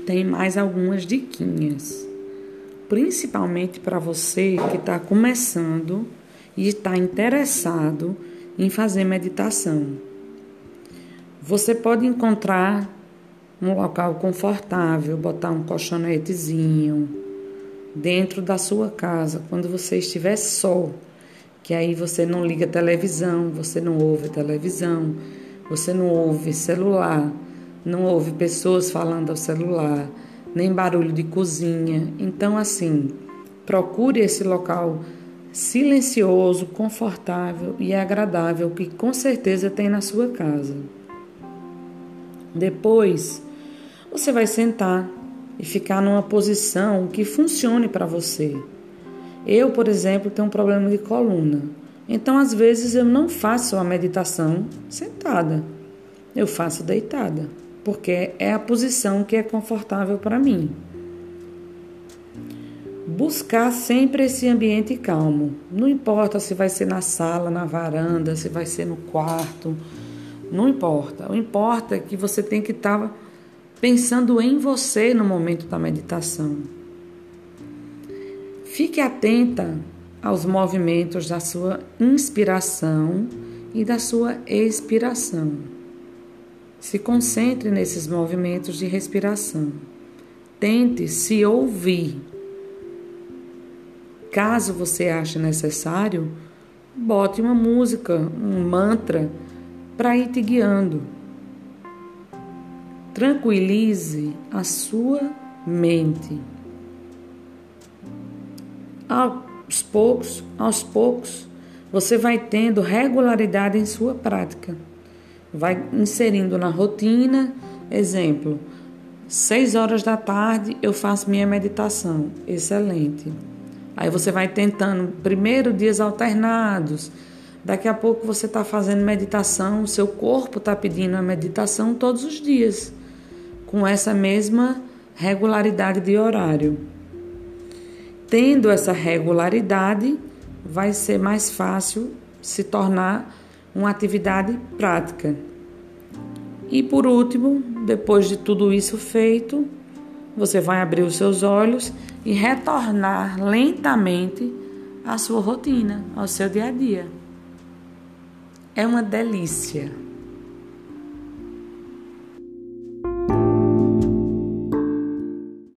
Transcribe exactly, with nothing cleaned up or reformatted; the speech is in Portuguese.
tem mais algumas diquinhas, principalmente para você que está começando e está interessado em fazer meditação. Você pode encontrar um local confortável, botar um colchonetezinho dentro da sua casa, quando você estiver só, que aí você não liga a televisão, você não ouve televisão, você não ouve celular, não ouve pessoas falando ao celular, nem barulho de cozinha. Então, assim, procure esse local silencioso, confortável e agradável que com certeza tem na sua casa. Depois, você vai sentar e ficar numa posição que funcione para você. Eu, por exemplo, tenho um problema de coluna. Então, às vezes, eu não faço a meditação sentada. Eu faço deitada, porque é a posição que é confortável para mim. Buscar sempre esse ambiente calmo. Não importa se vai ser na sala, na varanda, se vai ser no quarto. Não importa. O importa é que você tem que estar pensando em você no momento da meditação. Fique atenta aos movimentos da sua inspiração e da sua expiração. Se concentre nesses movimentos de respiração. Tente se ouvir. Caso você ache necessário, bote uma música, um mantra para ir te guiando. Tranquilize a sua mente. Aos poucos, aos poucos, você vai tendo regularidade em sua prática. Vai inserindo na rotina, exemplo, seis horas da tarde eu faço minha meditação, excelente. Aí você vai tentando, primeiro dias alternados, daqui a pouco você está fazendo meditação, o seu corpo está pedindo a meditação todos os dias, com essa mesma regularidade de horário. Tendo essa regularidade, vai ser mais fácil se tornar uma atividade prática. E por último, depois de tudo isso feito, você vai abrir os seus olhos e retornar lentamente à sua rotina, ao seu dia a dia. É uma delícia.